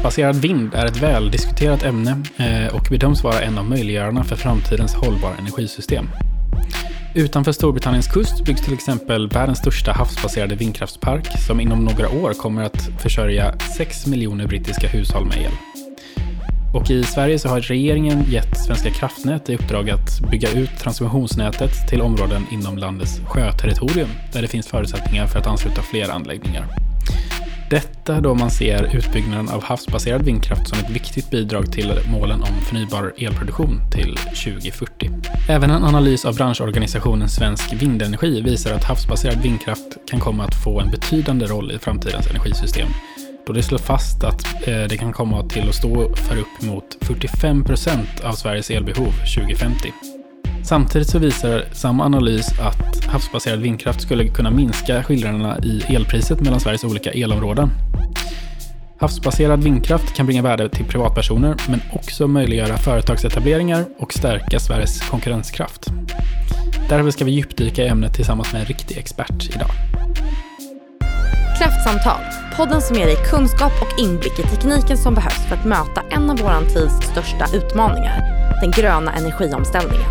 Havsbaserad vind är ett väldiskuterat ämne och bedöms vara en av möjliggörarna för framtidens hållbara energisystem. Utanför Storbritanniens kust byggs till exempel världens största havsbaserade vindkraftspark som inom några år kommer att försörja 6 miljoner brittiska hushåll med el. Och i Sverige så har regeringen gett Svenska kraftnät i uppdrag att bygga ut transmissionsnätet till områden inom landets sjöterritorium där det finns förutsättningar för att ansluta fler anläggningar. Detta då man ser utbyggnaden av havsbaserad vindkraft som ett viktigt bidrag till målen om förnybar elproduktion till 2040. Även en analys av branschorganisationen Svensk Vindenergi visar att havsbaserad vindkraft kan komma att få en betydande roll i framtidens energisystem. Då det slår fast att det kan komma till att stå för upp mot 45% av Sveriges elbehov 2050. Samtidigt så visar samma analys att havsbaserad vindkraft skulle kunna minska skillnaderna i elpriset mellan Sveriges olika elområden. Havsbaserad vindkraft kan bringa värde till privatpersoner men också möjliggöra företagsetableringar och stärka Sveriges konkurrenskraft. Därför ska vi djupdyka i ämnet tillsammans med en riktig expert idag. Kraftsamtal, podden som ger dig kunskap och inblick i tekniken som behövs för att möta en av vår tids största utmaningar, den gröna energiomställningen.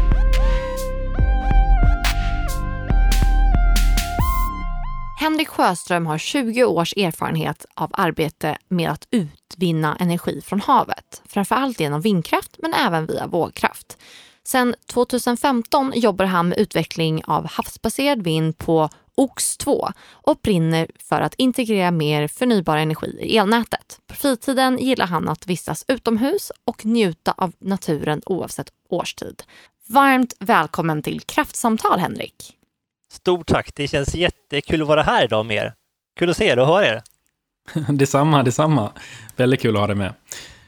Henrik Sjöström har 20 års erfarenhet av arbete med att utvinna energi från havet, framförallt genom vindkraft men även via vågkraft. Sedan 2015 jobbar han med utveckling av havsbaserad vind på OX2 och brinner för att integrera mer förnybar energi i elnätet. På fritiden gillar han att vistas utomhus och njuta av naturen oavsett årstid. Varmt välkommen till Kraftsamtal, Henrik. Stort tack, det känns jättekul att vara här idag med er. Kul att se er och höra er. Detsamma. Väldigt kul att ha dig med.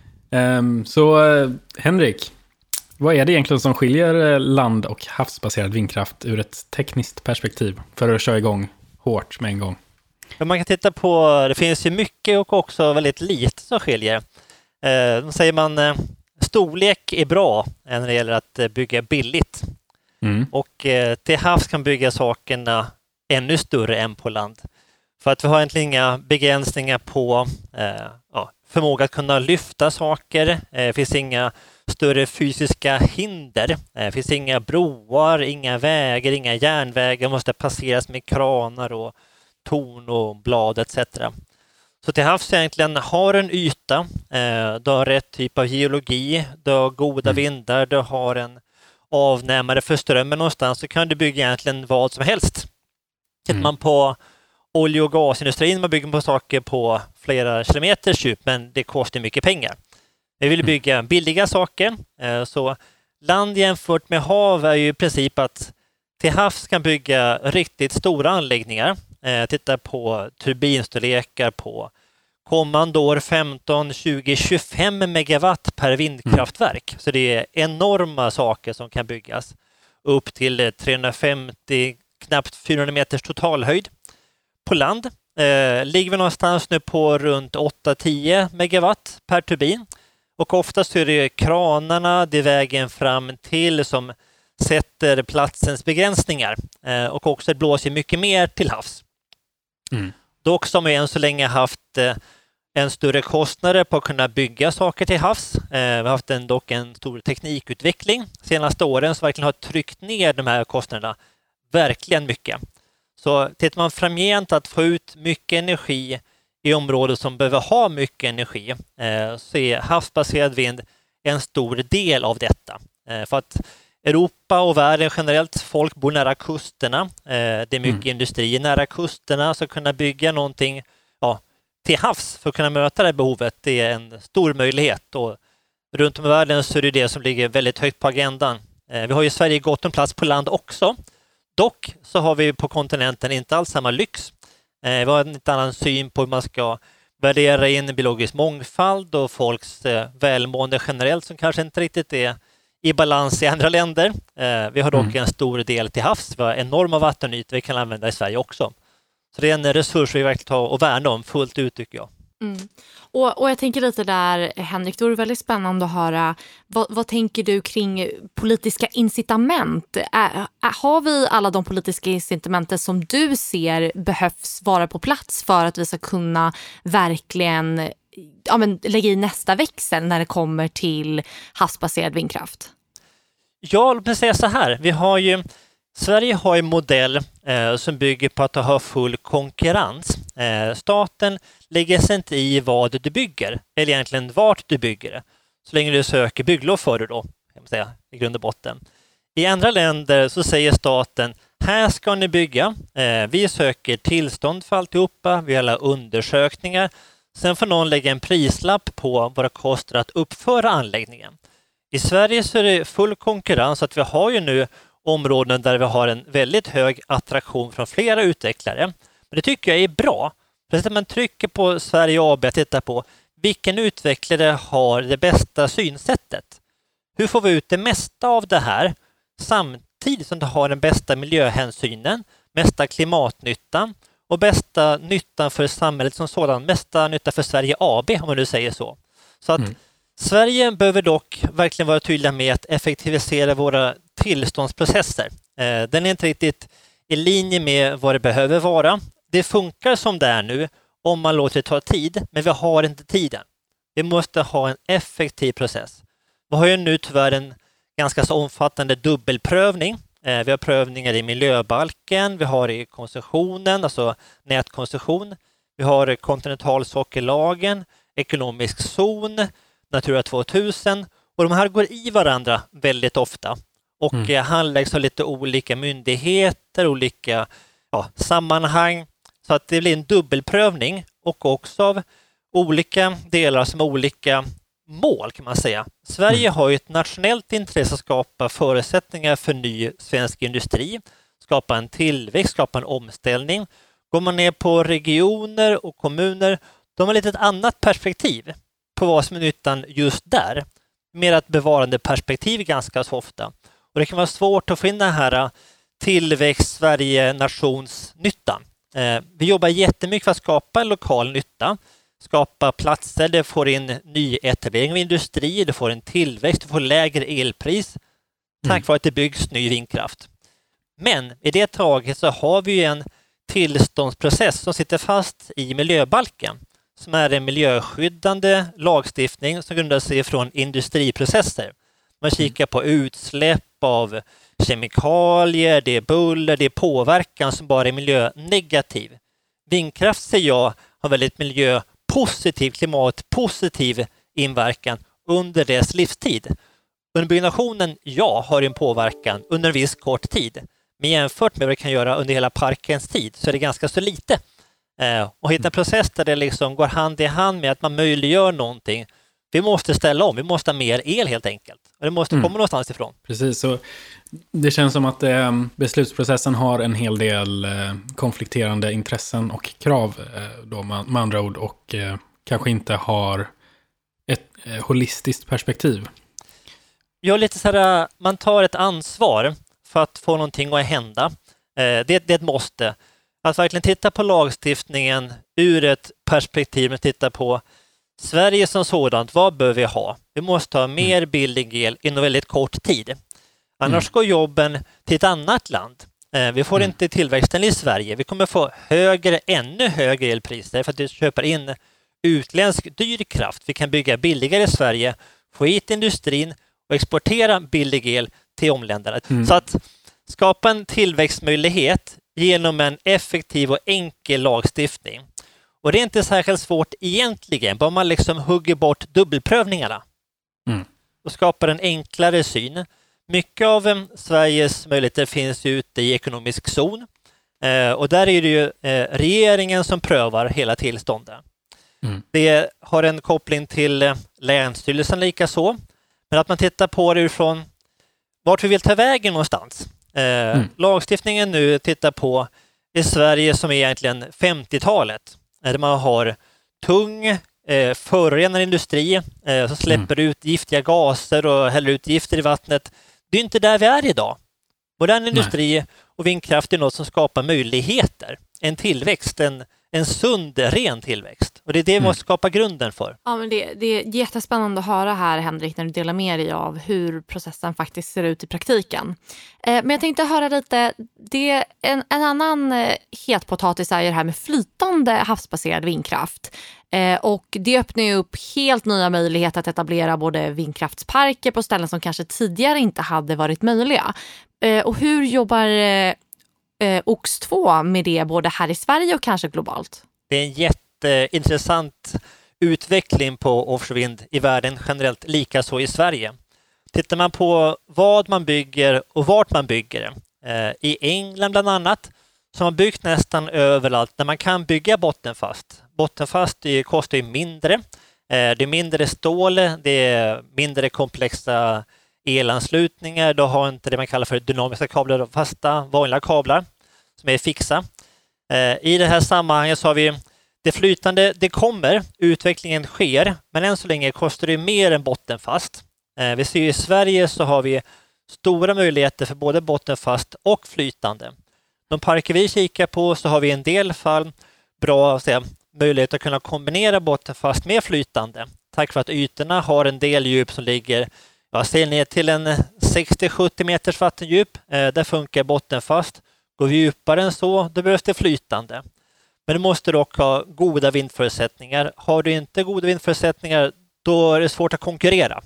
Henrik, vad är det egentligen som skiljer land- och havsbaserad vindkraft ur ett tekniskt perspektiv för att köra igång hårt med en gång? Men man kan titta på, det finns ju mycket och också väldigt lite som skiljer. Då säger man storlek är bra när det gäller att bygga billigt. Och till havs kan bygga sakerna ännu större än på land. För att vi har egentligen inga begränsningar på förmåga att kunna lyfta saker. Det finns inga större fysiska hinder. Det finns inga broar, inga vägar, inga järnvägar. Måste passeras med kranar och torn och blad etc. Så till havs egentligen har en yta. Du har rätt typ av geologi. Du har goda vindar. Du har en avnämare för strömmen någonstans, så kan du bygga egentligen vad som helst. Tittar man på olje- och gasindustrin, man bygger på saker på flera kilometers djup, men det kostar mycket pengar. Vi vill bygga billiga saker, så land jämfört med hav är ju i princip att till havs kan bygga riktigt stora anläggningar. Titta på turbinstorlekar på kommande år 15, 20, 25 megawatt per vindkraftverk. Så det är enorma saker som kan byggas. Upp till 350, knappt 400 meters totalhöjd. På land ligger vi någonstans nu på runt 8-10 megawatt per turbin. Och oftast är det kranarna, det är vägen fram till som sätter platsens begränsningar. Och också det blåser mycket mer till havs. Dock som vi än så länge haft en större kostnader på att kunna bygga saker till havs. Vi har haft dock en stor teknikutveckling senaste åren som verkligen har tryckt ner de här kostnaderna verkligen mycket. Så tittar man framgent att få ut mycket energi i områden som behöver ha mycket energi, så är havsbaserad vind en stor del av detta. För att Europa och världen generellt, folk bor nära kusterna. Det är mycket industri nära kusterna, så kunna bygga någonting till havs för att kunna möta det här behovet, det är en stor möjlighet. Och runt om i världen så är det som ligger väldigt högt på agendan. Vi har ju i Sverige gott om plats på land också. Dock så har vi på kontinenten inte alls samma lyx. Vi har en annan syn på hur man ska värdera in biologisk mångfald och folks välmående generellt som kanske inte riktigt är i balans i andra länder. Vi har dock en stor del till havs. Vi har enorma vattenytor vi kan använda i Sverige också. Så det är en resurs vi verkligen tar och värna om fullt ut, tycker jag. Och jag tänker lite där, Henrik, då är det väldigt spännande att höra. Vad tänker du kring politiska incitament? Har vi alla de politiska incitamenten som du ser behövs vara på plats för att vi ska kunna verkligen lägga i nästa växel när det kommer till havsbaserad vindkraft? Ja, låt mig säga så här. Sverige har en modell som bygger på att ha full konkurrens. Staten lägger sig inte i vad du bygger, eller egentligen vart du bygger det. Så länge du söker bygglov för det då, kan man säga, i grund och botten. I andra länder så säger staten, här ska ni bygga. Vi söker tillstånd för alltihopa, vi har alla undersökningar. Sen får någon lägga en prislapp på vad det kostar att uppföra anläggningen. I Sverige så är det full konkurrens, så att vi har ju nu områden där vi har en väldigt hög attraktion från flera utvecklare. Men det tycker jag är bra. För att man trycker på Sverige AB att titta på vilken utvecklare har det bästa synsättet. Hur får vi ut det mesta av det här samtidigt som det har den bästa miljöhänsynen, mesta klimatnyttan och bästa nyttan för samhället som sådan, mesta nytta för Sverige AB om man nu säger så. Så att Sverige behöver dock verkligen vara tydliga med att effektivisera våra tillståndsprocesser. Den är inte riktigt i linje med vad det behöver vara. Det funkar som det är nu om man låter det ta tid, men vi har inte tiden. Vi måste ha en effektiv process. Vi har ju nu tyvärr en ganska så omfattande dubbelprövning. Vi har prövningar i miljöbalken, vi har i koncessionen, alltså nätkoncession. Vi har kontinentalsockellagen, ekonomisk zon, Natura 2000 och de här går i varandra väldigt ofta och handläggs av lite olika myndigheter, olika sammanhang, så att det blir en dubbelprövning och också av olika delar som har olika mål kan man säga. Sverige har ju ett nationellt intresse att skapa förutsättningar för ny svensk industri, skapa en tillväxt, skapa en omställning. Går man ner på regioner och kommuner, de har lite ett annat perspektiv på vad som är nyttan just där. Mer ett bevarande perspektiv ganska så ofta. Och det kan vara svårt att få in den här tillväxt, Sverige, nationsnyttan. Vi jobbar jättemycket för att skapa en lokal nytta. Skapa platser, det får in nyetablering av industri, det får en tillväxt, det får lägre elpris tack vare att det byggs ny vindkraft. Men i det taget så har vi en tillståndsprocess som sitter fast i miljöbalken, som är en miljöskyddande lagstiftning som grundar sig från industriprocesser. Man kikar på utsläpp av kemikalier, det är buller, det är påverkan som bara är miljönegativ. Vindkraft säger jag har väldigt miljöpositiv, klimatpositiv inverkan under dess livstid. Under byggnationen, har en påverkan under en viss kort tid. Men jämfört med vad det kan göra under hela parkens tid så är det ganska så lite. Och hitta en process där det liksom går hand i hand med att man möjliggör någonting. Vi måste ställa om, vi måste ha mer el helt enkelt. Och det måste komma någonstans ifrån. Precis, så det känns som att beslutsprocessen har en hel del konflikterande intressen och krav då, med andra ord, och kanske inte har ett holistiskt perspektiv. Ja, lite så här, man tar ett ansvar för att få någonting att hända. Det är ett måste. Att verkligen titta på lagstiftningen ur ett perspektiv, att titta på Sverige som sådant, vad behöver vi ha? Vi måste ha mer billig el inom väldigt kort tid. Annars går jobben till ett annat land. Vi får inte tillväxten i Sverige. Vi kommer få ännu högre elpriser för att vi köper in utländsk dyr kraft. Vi kan bygga billigare i Sverige, få hit industrin och exportera billig el till omländerna. Så att skapa en tillväxtmöjlighet genom en effektiv och enkel lagstiftning. Och det är inte särskilt svårt egentligen, bara man liksom hugger bort dubbelprövningarna och skapar en enklare syn. Mycket av Sveriges möjligheter finns ute i ekonomisk zon och där är det ju regeringen som prövar hela tillståndet. Det har en koppling till länsstyrelsen lika så, men att man tittar på det utifrån vart vi vill ta vägen någonstans. Lagstiftningen nu tittar på i Sverige som är egentligen 50-talet. Där man har tung förorenande industri som släpper ut giftiga gaser och häller ut gifter i vattnet. Det är inte där vi är idag. Modern industri och vindkraft är något som skapar möjligheter. En tillväxt, en en sund, ren tillväxt. Och det är det vi måste skapa grunden för. Ja, men det är jättespännande att höra här, Henrik, när du delar med dig av hur processen faktiskt ser ut i praktiken. Men jag tänkte höra lite, en annan het potatis är det här med flytande havsbaserad vindkraft. Och det öppnar ju upp helt nya möjligheter att etablera både vindkraftsparker på ställen som kanske tidigare inte hade varit möjliga. Och hur jobbar OX2 med det både här i Sverige och kanske globalt? Det är en jätteintressant utveckling på offshorevind i världen generellt, likaså i Sverige. Tittar man på vad man bygger och vart man bygger, i England bland annat, så har man byggt nästan överallt där man kan bygga bottenfast. Bottenfast kostar ju mindre, det är mindre stål, det är mindre komplexa elanslutningar, då har inte det man kallar för dynamiska kablar, fasta vanliga kablar som är fixa. I det här sammanhanget så har vi det flytande, det kommer, utvecklingen sker, men än så länge kostar det mer än bottenfast. Vi ser i Sverige så har vi stora möjligheter för både bottenfast och flytande. De parker vi kikar på så har vi i en del fall bra möjlighet att kunna kombinera bottenfast med flytande. Tack vare att ytorna har en del djup som ligger ner till en 60-70 meters vattendjup. Där funkar bottenfast. Går vi djupare än så, då behövs det flytande. Men du måste dock ha goda vindförutsättningar. Har du inte goda vindförutsättningar, då är det svårt att konkurrera.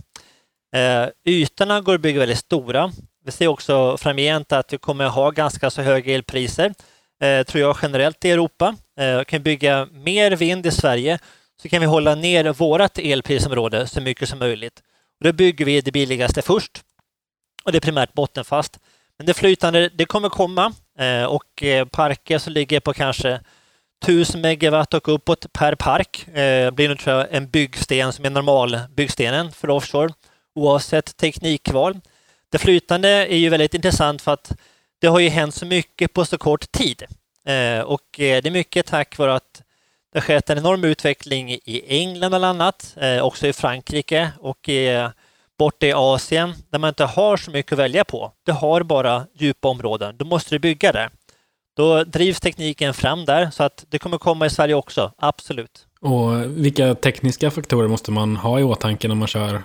Ytorna går att bygga väldigt stora. Vi ser också framgent att vi kommer att ha ganska så höga elpriser. Tror jag generellt i Europa. Kan bygga mer vind i Sverige så kan vi hålla ner vårt elprisområde så mycket som möjligt. Och då bygger vi det billigaste först. Och det är primärt bottenfast. Men det flytande, det kommer komma. Och parker som ligger på kanske 1000 megawatt och uppåt per park blir nu tror jag en byggsten som är normal byggstenen för offshore oavsett teknikval. Det flytande är ju väldigt intressant för att det har ju hänt så mycket på så kort tid. Och det är mycket tack vare att det har skett en enorm utveckling i England bland annat, också i Frankrike och borta i Asien där man inte har så mycket att välja på. Det har bara djupa områden. Då måste du bygga det. Då drivs tekniken fram där så att det kommer komma i Sverige också, absolut. Och vilka tekniska faktorer måste man ha i åtanke när man kör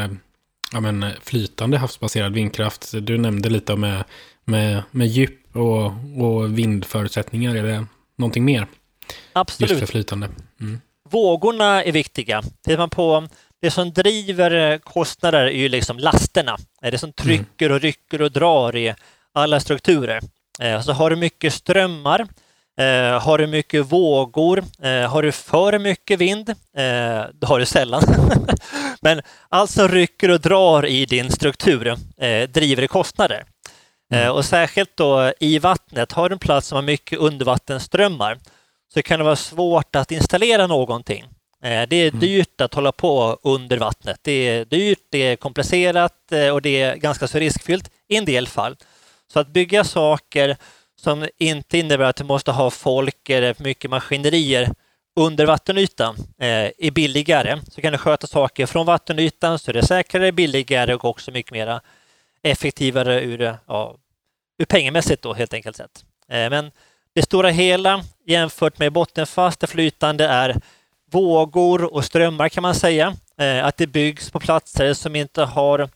flytande havsbaserad vindkraft? Du nämnde lite med djup och vindförutsättningar. Är det någonting mer? Absolut. Just för flytande. Vågorna är viktiga. Tittar man på det som driver kostnader är ju liksom lasterna. Det som trycker och rycker och drar i alla strukturer. Så har du mycket strömmar, har du mycket vågor, har du för mycket vind, det har du sällan. Men allt som rycker och drar i din struktur driver kostnader. Och särskilt då i vattnet, har du en plats som har mycket undervattenströmmar så kan det vara svårt att installera någonting. Det är dyrt att hålla på under vattnet. Det är dyrt, det är komplicerat och det är ganska så riskfyllt i en del fall. Så att bygga saker som inte innebär att du måste ha folk eller mycket maskinerier under vattenytan är billigare. Så kan du sköta saker från vattenytan så är det säkrare, billigare och också mycket mer effektivare ur pengamässigt då helt enkelt sett. Men det stora hela jämfört med bottenfast och flytande är vågor och strömmar kan man säga. Att det byggs på platser som inte har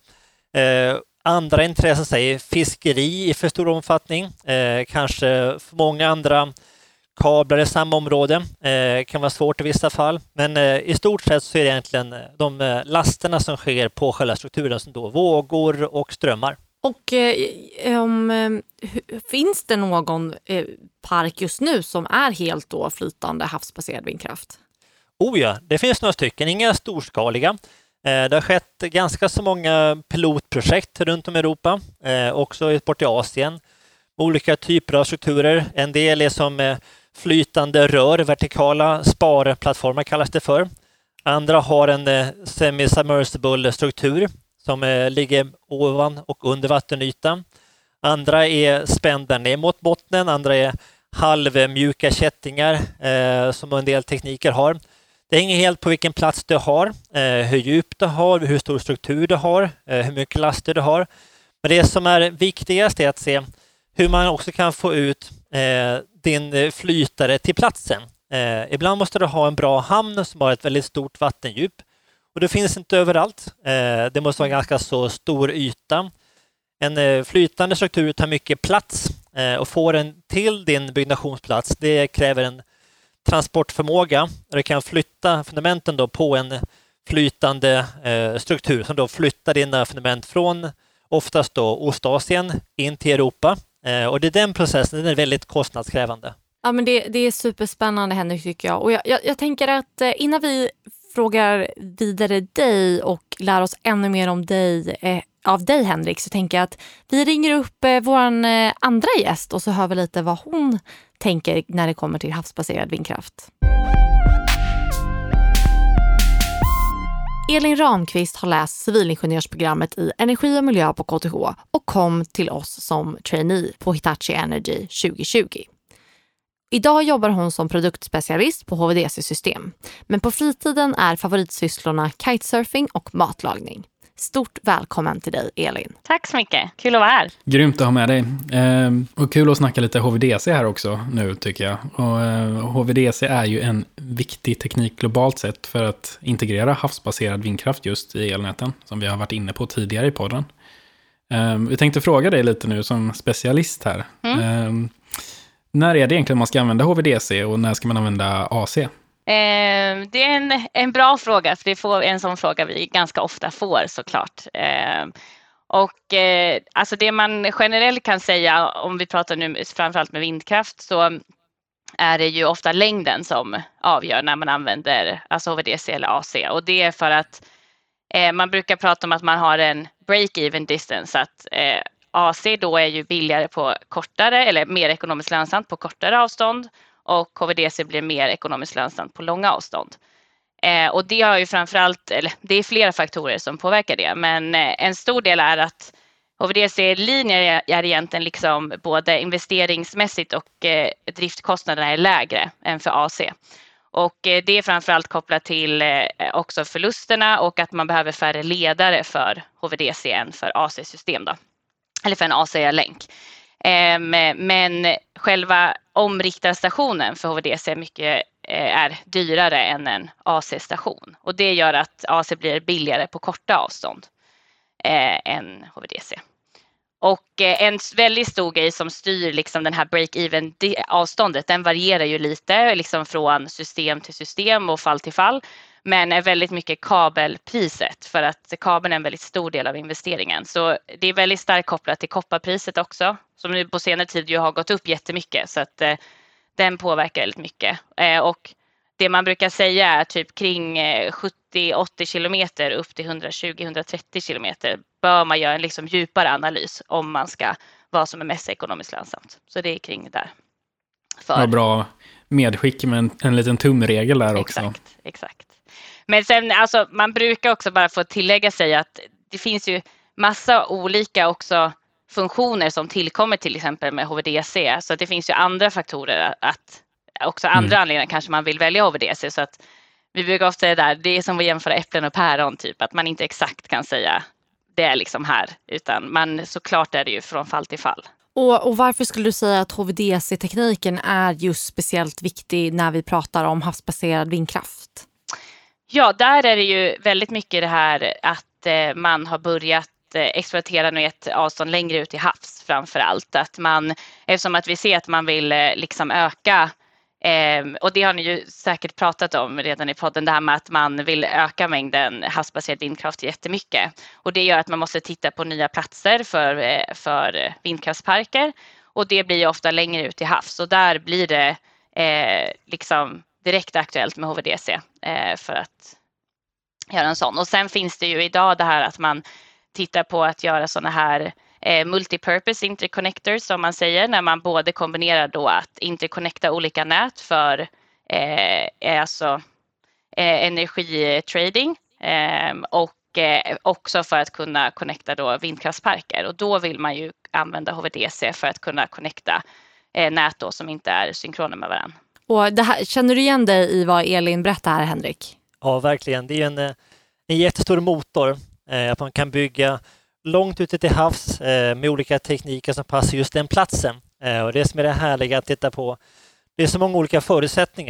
andra intressen, säger fiskeri i för stor omfattning. Kanske för många andra kablar i samma område. Kan vara svårt i vissa fall. Men i stort sett så är det egentligen de lasterna som sker på själva strukturen som då vågor och strömmar. Och finns det någon park just nu som är helt då flytande havsbaserad vindkraft? Oh ja, det finns några stycken, inga storskaliga. Det har skett ganska så många pilotprojekt runt om i Europa, också bort i Asien. Olika typer av strukturer. En del är som flytande rör, vertikala sparplattformar kallas det för. Andra har en semi-submersible struktur som ligger ovan och under vattenytan. Andra är spända ner mot bottnen, andra är halvmjuka kättingar som en del tekniker har. Det hänger helt på vilken plats du har, hur djupt du har, hur stor struktur du har, hur mycket laster du har. Men det som är viktigast är att se hur man också kan få ut din flytare till platsen. Ibland måste du ha en bra hamn som har ett väldigt stort vattendjup. Och det finns inte överallt. Det måste vara en ganska så stor yta. En flytande struktur tar mycket plats och får den till din byggnationsplats. Det kräver en transportförmåga. Du kan flytta fundamenten då på en flytande struktur som då flyttar dina fundament från oftast då Ostasien in till Europa. Och det är den processen, den är väldigt kostnadskrävande. Ja, men det är superspännande, Henrik, tycker jag. Och jag tänker att innan vi frågar vidare dig och lär oss ännu mer om dig, av dig, Henrik, så tänker jag att vi ringer upp vår andra gäst och så hör vi lite vad hon tänker när det kommer till havsbaserad vindkraft. Elin Ramqvist har läst civilingenjörsprogrammet i energi och miljö på KTH och kom till oss som trainee på Hitachi Energy 2020. Idag jobbar hon som produktspecialist på HVDC-system, men på fritiden är favoritsysslorna kitesurfing och matlagning. Stort välkommen till dig, Elin. Tack så mycket. Kul att vara här. Grymt att ha med dig. Och kul att snacka lite HVDC här också nu, tycker jag. Och HVDC är ju en viktig teknik globalt sett för att integrera havsbaserad vindkraft just i elnäten, som vi har varit inne på tidigare i podden. Vi tänkte fråga dig lite nu som specialist här. När är det egentligen man ska använda HVDC och när ska man använda AC? Det är en bra fråga, för det är en sån fråga vi ganska ofta får, såklart. Alltså det man generellt kan säga, om vi pratar nu framförallt med vindkraft, så är det ju ofta längden som avgör när man använder alltså HVDC eller AC. Och det är för att man brukar prata om att man har en break-even distance, att AC då är ju billigare på kortare eller mer ekonomiskt lönsamt på kortare avstånd, och HVDC blir mer ekonomiskt lönsamt på långa avstånd. Och det har ju framförallt, eller det är flera faktorer som påverkar det, men en stor del är att HVDC-linjer är egentligen liksom både investeringsmässigt och driftkostnaderna är lägre än för AC. Och det är framförallt kopplat till också förlusterna och att man behöver färre ledare för HVDC än för AC-system då. Eller för en AC-länk. Men själva omriktarstationen för HVDC är dyrare än en AC-station. Och det gör att AC blir billigare på korta avstånd än HVDC. Och en väldigt stor grej som styr liksom den här break-even avståndet, den varierar ju lite liksom från system till system och fall till fall. Men är väldigt mycket kabelpriset, för att kabeln är en väldigt stor del av investeringen. Så det är väldigt starkt kopplat till kopparpriset också, som nu på senare tid ju har gått upp jättemycket, så att den påverkar väldigt mycket. Och det man brukar säga är typ kring 70-80 kilometer upp till 120-130 kilometer bör man göra en liksom djupare analys om man ska vad som är mest ekonomiskt lönsamt. Så det är kring där. Ja, bra medskick med en liten tumregel där också. Exakt. Men sen, alltså, man brukar också bara få tillägga sig att det finns ju massa olika också funktioner som tillkommer till exempel med HVDC. Så att det finns ju andra faktorer att också andra anledningar kanske man vill välja HVDC. Så att vi brukar ofta säga där, det är som att jämföra äpplen och päron typ. Att man inte exakt kan säga det är liksom här, utan såklart är det ju från fall till fall. Och varför skulle du säga att HVDC-tekniken är just speciellt viktig när vi pratar om havsbaserad vindkraft? Ja, där är det ju väldigt mycket det här att man har börjat exploatera nu ett avstånd längre ut i havs framför allt. Att eftersom att vi ser att man vill liksom öka, och det har ni ju säkert pratat om redan i podden, det här med att man vill öka mängden havsbaserad vindkraft jättemycket. Och det gör att man måste titta på nya platser för vindkraftsparker, och det blir ju ofta längre ut i havs. Och där blir det liksom direkt aktuellt med HVDC för att göra en sån. Och sen finns det ju idag det här att man tittar på att göra såna här multipurpose interconnectors, som man säger, när man både kombinerar då att interconnecta olika nät för energitrading och också för att kunna connecta då vindkraftsparker. Och då vill man ju använda HVDC för att kunna connecta nät då som inte är synkrona med varandra. Och det här, känner du igen dig i vad Elin berättar här, Henrik? Ja, verkligen. Det är en jättestor motor. Att man kan bygga långt ute till havs med olika tekniker som passar just den platsen. Och det som är det härliga att titta på, det är så många olika förutsättningar.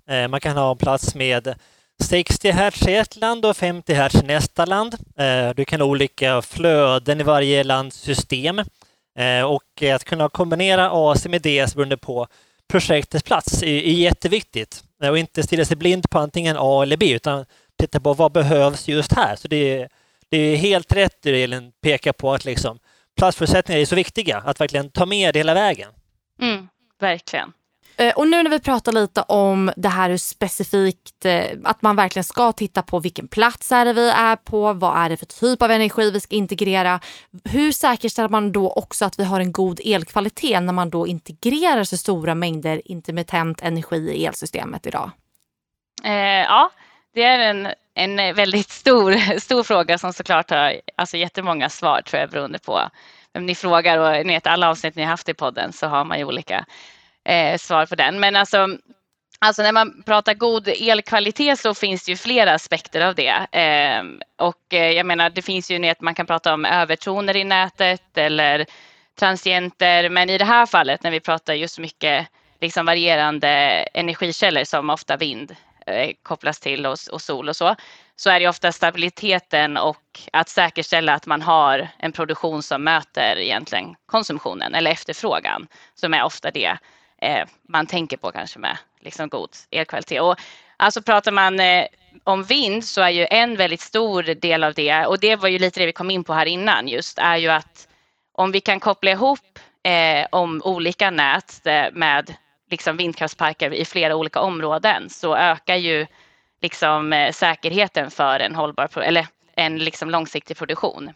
Man kan ha plats med 60 Hz i ett land och 50 Hz i nästa land. Du kan ha olika flöden i varje lands system. Och att kunna kombinera AC med DS beroende på projektets plats är jätteviktigt. Och inte stirra sig blind på antingen A eller B utan titta på vad behövs just här. Så det är helt rätt det Elin pekar på att liksom, platsförutsättningar är så viktiga att verkligen ta med det hela vägen. Verkligen. Och nu när vi pratar lite om det här hur specifikt att man verkligen ska titta på vilken plats är det vi är på, vad är det för typ av energi vi ska integrera. Hur säkerställer man då också att vi har en god elkvalitet när man då integrerar så stora mängder intermittent energi i elsystemet idag? Ja, det är en väldigt stor fråga som såklart har alltså jättemånga svar tror jag beroende på vem ni frågar och ni vet alla avsnitt ni har haft i podden så har man ju olika svar på den. Men alltså när man pratar god elkvalitet så finns det ju flera aspekter av det. Och jag menar det finns ju att man kan prata om övertoner i nätet eller transienter. Men i det här fallet när vi pratar just mycket liksom varierande energikällor som ofta vind kopplas till och sol och så är det ofta stabiliteten och att säkerställa att man har en produktion som möter egentligen konsumtionen eller efterfrågan som är ofta det man tänker på kanske med liksom god elkvalitet. Och alltså pratar man om vind så är ju en väldigt stor del av det och det var ju lite det vi kom in på här innan just är ju att om vi kan koppla ihop om olika nät med liksom vindkraftsparker i flera olika områden så ökar ju liksom säkerheten för en hållbar eller en liksom långsiktig produktion.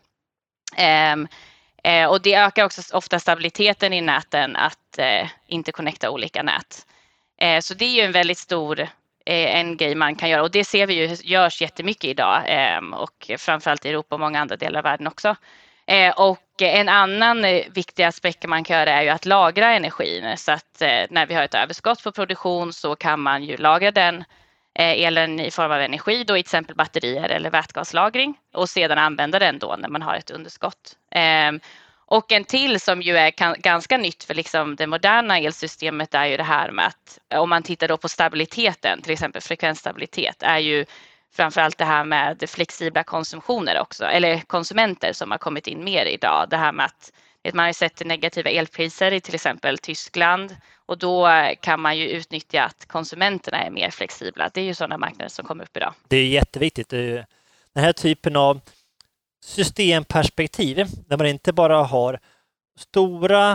Och det ökar också ofta stabiliteten i näten att interconnecta olika nät. Så det är ju en väldigt stor en grej man kan göra och det ser vi ju görs jättemycket idag och framförallt i Europa och många andra delar av världen också. Och en annan viktig aspekt man kan göra är ju att lagra energin så att när vi har ett överskott på produktion så kan man ju lagra den elen i form av energi då i till exempel batterier eller vätgaslagring och sedan använda den då när man har ett underskott. Och en till som ju är ganska nytt för liksom det moderna elsystemet är ju det här med att om man tittar då på stabiliteten, till exempel frekvensstabilitet, är ju framförallt det här med flexibla konsumtioner också, eller konsumenter som har kommit in mer idag. Det här med att man har sett negativa elpriser i till exempel Tyskland och då kan man ju utnyttja att konsumenterna är mer flexibla. Det är ju sådana marknader som kommer upp idag. Det är jätteviktigt. Den här typen av systemperspektiv där man inte bara har stora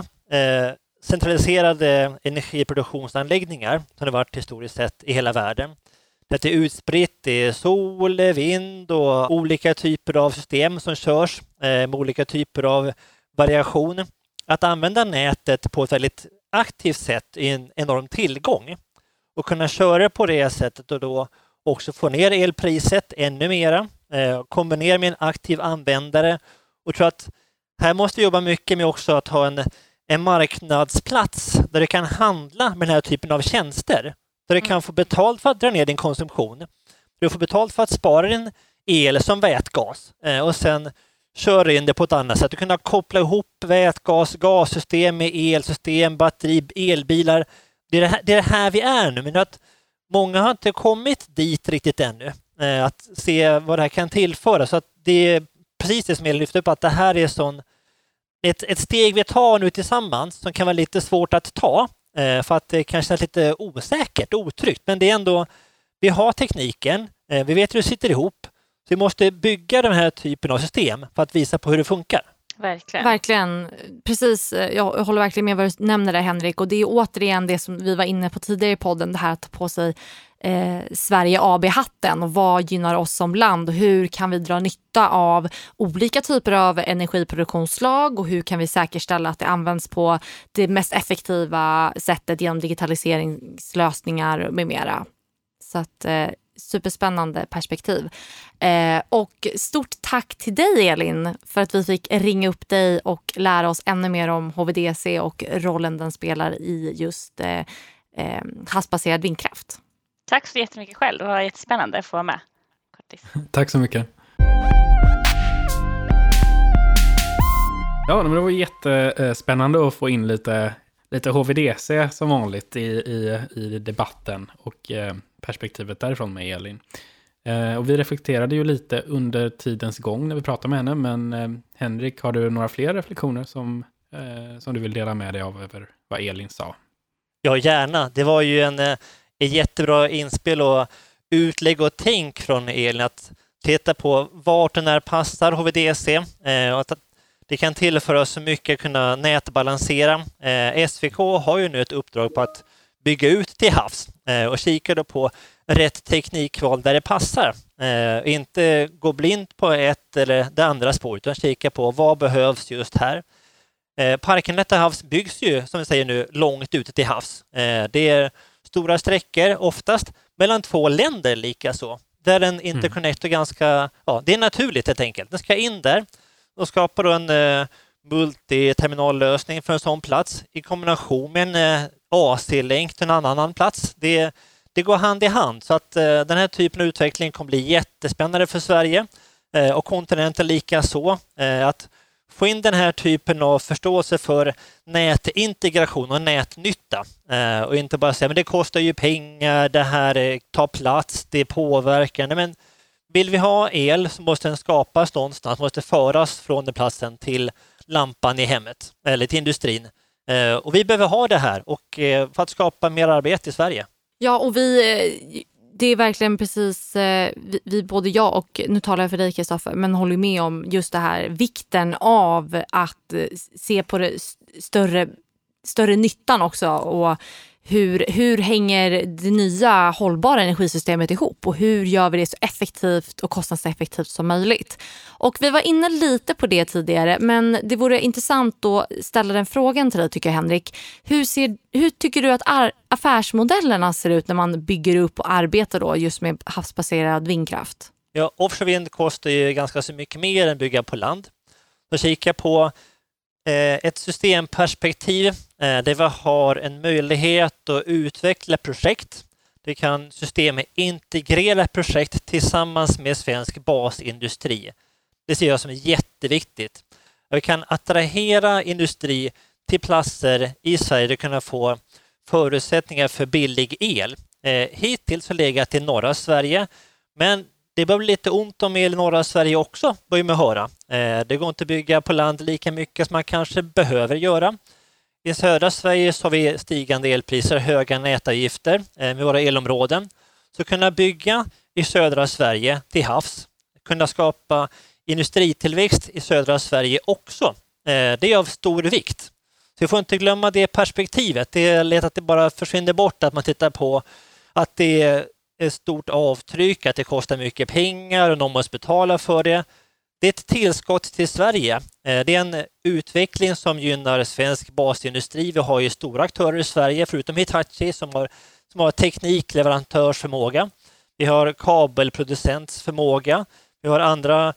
centraliserade energiproduktionsanläggningar som det varit historiskt sett i hela världen. Det är utspritt, det är sol, vind och olika typer av system som körs med olika typer av variation. Att använda nätet på ett väldigt aktivt sätt är en enorm tillgång. Och kunna köra på det sättet och då också få ner elpriset ännu mera. Kombinera med en aktiv användare. Och tror att här måste vi jobba mycket med också att ha en marknadsplats där du kan handla med den här typen av tjänster. Där du kan få betalt för att dra ner din konsumtion. Du får betalt för att spara din el som vätgas. Och sen köra in det på ett annat sätt. Du kan koppla ihop vätgas, gassystem med elsystem, batteri, elbilar. Det är det här vi är nu. Men att många har inte kommit dit riktigt ännu. Att se vad det här kan tillföra. Så att det är precis det som jag lyfter upp. Att det här är ett steg vi tar nu tillsammans som kan vara lite svårt att ta. För att det kanske är lite osäkert, otryggt. Men det är ändå, vi har tekniken. Vi vet hur det sitter ihop. Så vi måste bygga den här typen av system för att visa på hur det funkar. Verkligen. Precis, jag håller verkligen med vad du nämner där Henrik. Och det är återigen det som vi var inne på tidigare i podden. Det här att ta på sig Sverige AB-hatten och vad gynnar oss som land och hur kan vi dra nytta av olika typer av energiproduktionsslag och hur kan vi säkerställa att det används på det mest effektiva sättet genom digitaliseringslösningar med mera. Så att superspännande perspektiv. Och stort tack till dig Elin för att vi fick ringa upp dig och lära oss ännu mer om HVDC och rollen den spelar i just havsbaserad vindkraft. Tack så jättemycket själv. Det var jättespännande att få vara med. Tack så mycket. Ja, men det var jättespännande att få in lite HVDC som vanligt i debatten. Och perspektivet därifrån med Elin. Och vi reflekterade ju lite under tidens gång när vi pratade med henne, men Henrik, har du några fler reflektioner som du vill dela med dig av över vad Elin sa? Ja, gärna. Det var ju en jättebra inspel och utlägg och tänk från Elin att titta på vart och när passar HVDC och att det kan tillföra så mycket, kunna nätbalansera. SVK har ju nu ett uppdrag på att bygga ut till havs och kika då på rätt teknikval där det passar. Inte gå blint på ett eller det andra spåret utan kika på vad behövs just här. Parken till havs byggs ju, som vi säger nu, långt ute till havs. Det är stora sträckor, oftast mellan 2 länder lika så. Där en interconnector ganska, det är naturligt helt enkelt. Den ska in där och skapa då en multiterminallösning för en sån plats i kombination med en AC-länk till en annan plats. Det går hand i hand, så att den här typen av utveckling kommer bli jättespännande för Sverige och kontinenten lika så. Att få in den här typen av förståelse för nätintegration och nätnytta och inte bara säga men det kostar ju pengar, det här tar plats, det påverkar. Nej, men vill vi ha el så måste den skapas någonstans, måste föras från den platsen till lampan i hemmet eller till industrin. Och vi behöver ha det här och för att skapa mer arbete i Sverige. Ja, och det är verkligen precis, vi både jag och, nu talar jag för dig Kristoffer, men håller med om just det här, vikten av att se på det större nyttan också och hur hänger det nya hållbara energisystemet ihop och hur gör vi det så effektivt och kostnadseffektivt som möjligt. Och vi var inne lite på det tidigare, men det vore intressant att ställa den frågan till dig tycker jag, Henrik. Hur tycker du att affärsmodellerna ser ut när man bygger upp och arbetar då just med havsbaserad vindkraft? Ja, offshore vind kostar ju ganska så mycket mer än bygga på land. Så kika på ett systemperspektiv där vi har en möjlighet att utveckla projekt. Vi kan systemet integrera projekt tillsammans med svensk basindustri. Det ser jag som jätteviktigt. Vi kan attrahera industri till platser i Sverige där vi kan få förutsättningar för billig el. Hittills har legat i norra Sverige, men det börjar bli lite ont om el i norra Sverige också, börjar man höra. Det går inte att bygga på land lika mycket som man kanske behöver göra. I södra Sverige så har vi stigande elpriser, höga nätavgifter med våra elområden. Så kunna bygga i södra Sverige till havs, kunna skapa industritillväxt i södra Sverige också. Det är av stor vikt. Så vi får inte glömma det perspektivet. Det är lätt att det bara försvinner bort, att man tittar på att det är ett stort avtryck, att det kostar mycket pengar och någon måste betala för det. Det är ett tillskott till Sverige. Det är en utveckling som gynnar svensk basindustri. Vi har ju stora aktörer i Sverige, förutom Hitachi som har teknikleverantörsförmåga. Vi har kabelproducentsförmåga. Vi har andra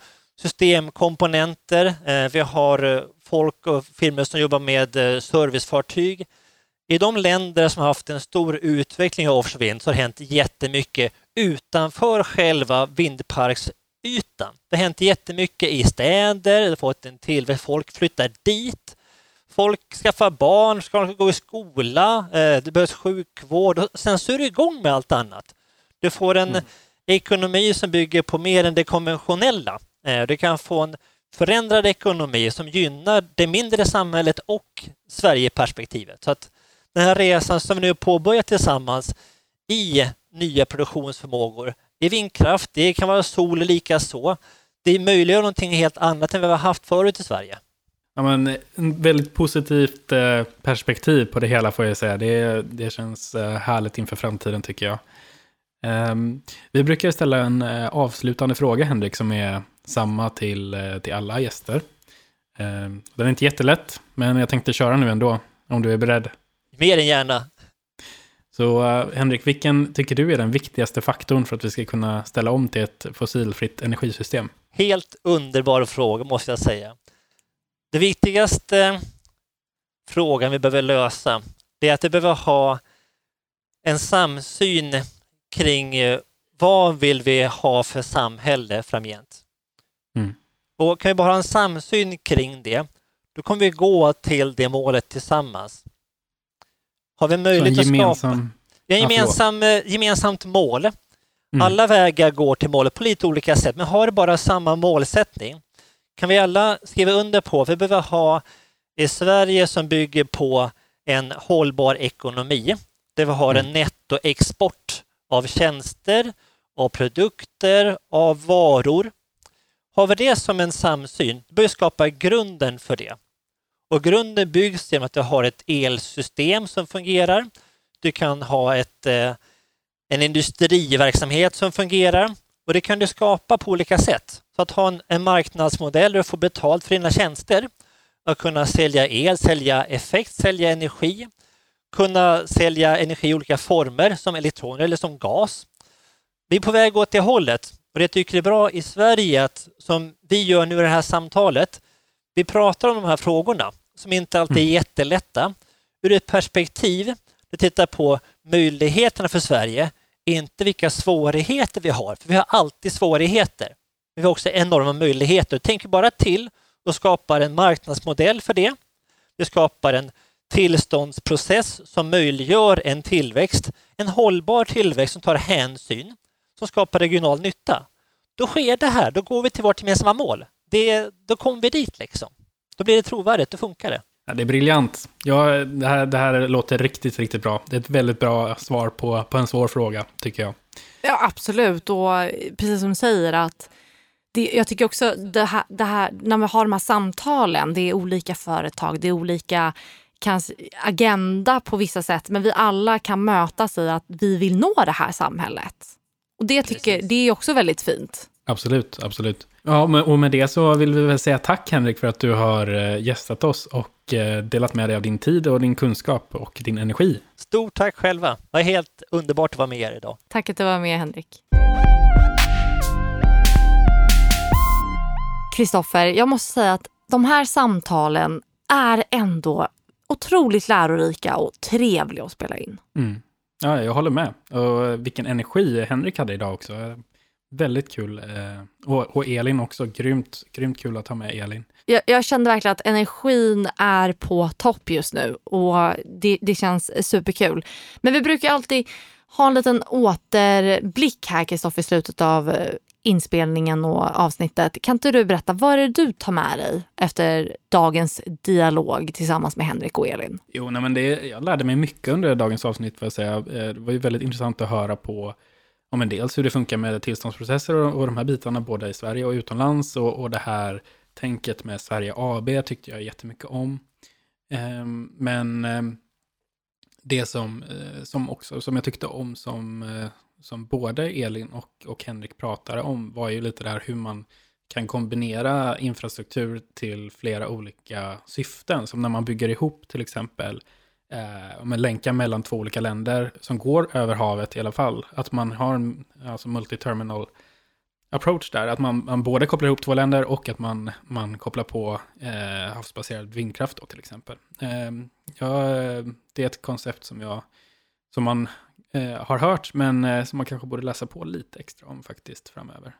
systemkomponenter. Vi har folk och firmor som jobbar med servicefartyg. I de länder som har haft en stor utveckling av offshore vind så har det hänt jättemycket utanför själva vindparksytan. Det har hänt jättemycket i städer, det har fått en tillväxt, folk flyttar dit, folk skaffar barn, ska gå i skola, det behövs sjukvård och sen så är det igång med allt annat. Du får en ekonomi som bygger på mer än det konventionella. Du kan få en förändrad ekonomi som gynnar det mindre samhället och Sverigeperspektivet. Så att den här resan som vi nu påbörjat tillsammans i nya produktionsförmågor i vindkraft, det kan vara sol lika så. Det möjliggör någonting helt annat än vi har haft förut i Sverige. Ja, men en väldigt positivt perspektiv på det hela får jag säga. Det känns härligt inför framtiden tycker jag. Vi brukar ställa en avslutande fråga, Henrik, som är samma till alla gäster. Den är inte jättelätt, men jag tänkte köra nu ändå, om du är beredd. Mer än gärna. Så Henrik, vilken tycker du är den viktigaste faktorn för att vi ska kunna ställa om till ett fossilfritt energisystem? Helt underbar fråga måste jag säga. Det viktigaste frågan vi behöver lösa, det är att vi behöver ha en samsyn kring vad vill vi ha för samhälle framgent. Och kan vi bara ha en samsyn kring det, då kommer vi gå till det målet tillsammans. Har vi möjlighet att skapa Vi har gemensamt mål. Alla vägar går till målet på lite olika sätt, men har bara samma målsättning. Kan vi alla skriva under på. Vi behöver ha i Sverige som bygger på en hållbar ekonomi. Där vi har en nettoexport av tjänster, av produkter, av varor. Har vi det som en samsyn, då bör vi skapa grunden för det. Och grunden byggs genom att du har ett elsystem som fungerar. Du kan ha en industriverksamhet som fungerar. Och det kan du skapa på olika sätt. Så att ha en marknadsmodell där du får betalt för dina tjänster. Att kunna sälja el, sälja effekt, sälja energi. Kunna sälja energi i olika former som elektroner eller som gas. Vi är på väg åt det hållet. Och det tycker jag är bra i Sverige att som vi gör nu i det här samtalet. Vi pratar om de här frågorna som inte alltid är jättelätta. Ur ett perspektiv, vi tittar på möjligheterna för Sverige, inte vilka svårigheter vi har. För vi har alltid svårigheter. Men vi har också enorma möjligheter. Tänk bara till och skapar en marknadsmodell för det. Vi skapar en tillståndsprocess som möjliggör en tillväxt. En hållbar tillväxt som tar hänsyn. Som skapar regional nytta. Då sker det här. Då går vi till vårt gemensamma mål. Då kommer vi dit liksom. Då blir det trovärdigt. Då funkar det. Ja, det är briljant. Ja, det här låter riktigt, riktigt bra. Det är ett väldigt bra svar på en svår fråga, tycker jag. Ja, absolut. Och precis som du säger att jag tycker också det här när vi har de här samtalen, det är olika företag, det är olika kanske agenda på vissa sätt, men vi alla kan mötas i att vi vill nå det här samhället. Och det är också väldigt fint. Absolut, absolut. Ja, och med det så vill vi väl säga tack Henrik för att du har gästat oss och delat med dig av din tid och din kunskap och din energi. Stort tack själva. Det var helt underbart att vara med er idag. Tack att du var med, Henrik. Kristoffer, jag måste säga att de här samtalen är ändå otroligt lärorika och trevliga att spela in. Ja, jag håller med. Och vilken energi Henrik hade idag också. Väldigt kul. Och Elin också. Grymt kul att ha med Elin. Jag kände verkligen att energin är på topp just nu. Och det känns superkul. Men vi brukar alltid ha en liten återblick här, Kristoffer, i slutet av inspelningen och avsnittet. Kan inte du berätta, vad är det du tar med dig efter dagens dialog tillsammans med Henrik och Elin? Jo, men jag lärde mig mycket under dagens avsnitt, för att säga. Det var ju väldigt intressant att höra på om en dels hur det funkar med tillståndsprocesser och de här bitarna både i Sverige och utomlands, och det här tänket med Sverige AB tyckte jag jättemycket om. Men det som jag tyckte om som både Elin och Henrik pratade om var ju lite där hur man kan kombinera infrastruktur till flera olika syften. Som när man bygger ihop till exempel länkar mellan två olika länder som går över havet i alla fall. Att man har en multi-terminal approach där. Att man både kopplar ihop två länder och att man kopplar på havsbaserad vindkraft då, till exempel. Det är ett koncept som man har hört, men som man kanske borde läsa på lite extra om faktiskt framöver.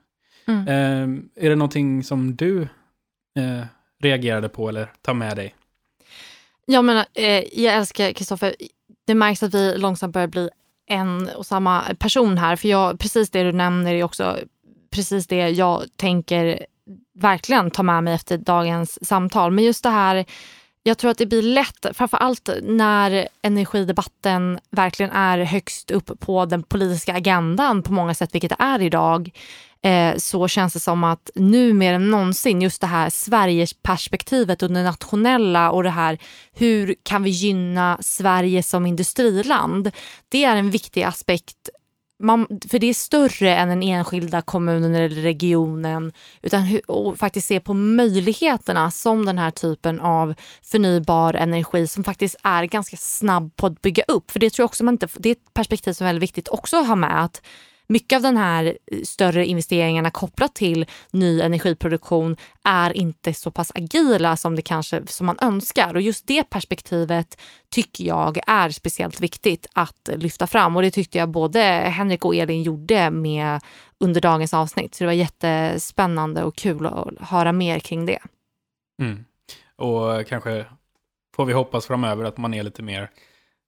Är det någonting som du reagerade på eller tar med dig? Jag menar, jag älskar Kristoffer. Det märks att vi långsamt börjar bli en och samma person här. För precis det du nämner är också precis det jag tänker verkligen ta med mig efter dagens samtal. Men just det här, jag tror att det blir lätt, framförallt när energidebatten verkligen är högst upp på den politiska agendan på många sätt, vilket det är idag, så känns det som att nu mer än någonsin just det här Sveriges perspektivet och det nationella och det här hur kan vi gynna Sverige som industriland, det är en viktig aspekt. För det är större än den enskilda kommunen eller regionen, utan och faktiskt se på möjligheterna som den här typen av förnybar energi som faktiskt är ganska snabb på att bygga upp. För det tror jag också det är ett perspektiv som är väldigt viktigt också att ha med, att mycket av den här större investeringarna kopplat till ny energiproduktion är inte så pass agila som man önskar. Och just det perspektivet tycker jag är speciellt viktigt att lyfta fram. Och det tyckte jag både Henrik och Elin gjorde med under dagens avsnitt. Så det var jättespännande och kul att höra mer kring det. Och kanske får vi hoppas framöver att man är lite mer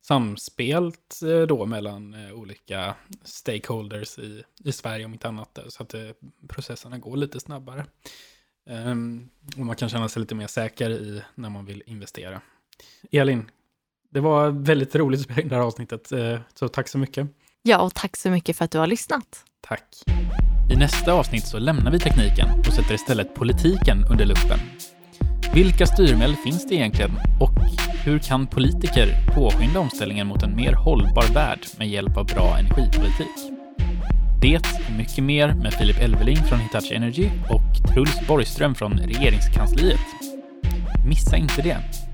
samspelt då mellan olika stakeholders i Sverige om inte annat, så att processerna går lite snabbare. Och man kan känna sig lite mer säker i när man vill investera. Elin, det var väldigt roligt att spela in det här avsnittet, så tack så mycket. Ja, och tack så mycket för att du har lyssnat. Tack. I nästa avsnitt så lämnar vi tekniken och sätter istället politiken under luppen. Vilka styrmedel finns det egentligen och hur kan politiker påskynda omställningen mot en mer hållbar värld med hjälp av bra energipolitik? Det och mycket mer med Filip Elveling från Hitachi Energy och Truls Borgström från Regeringskansliet. Missa inte det!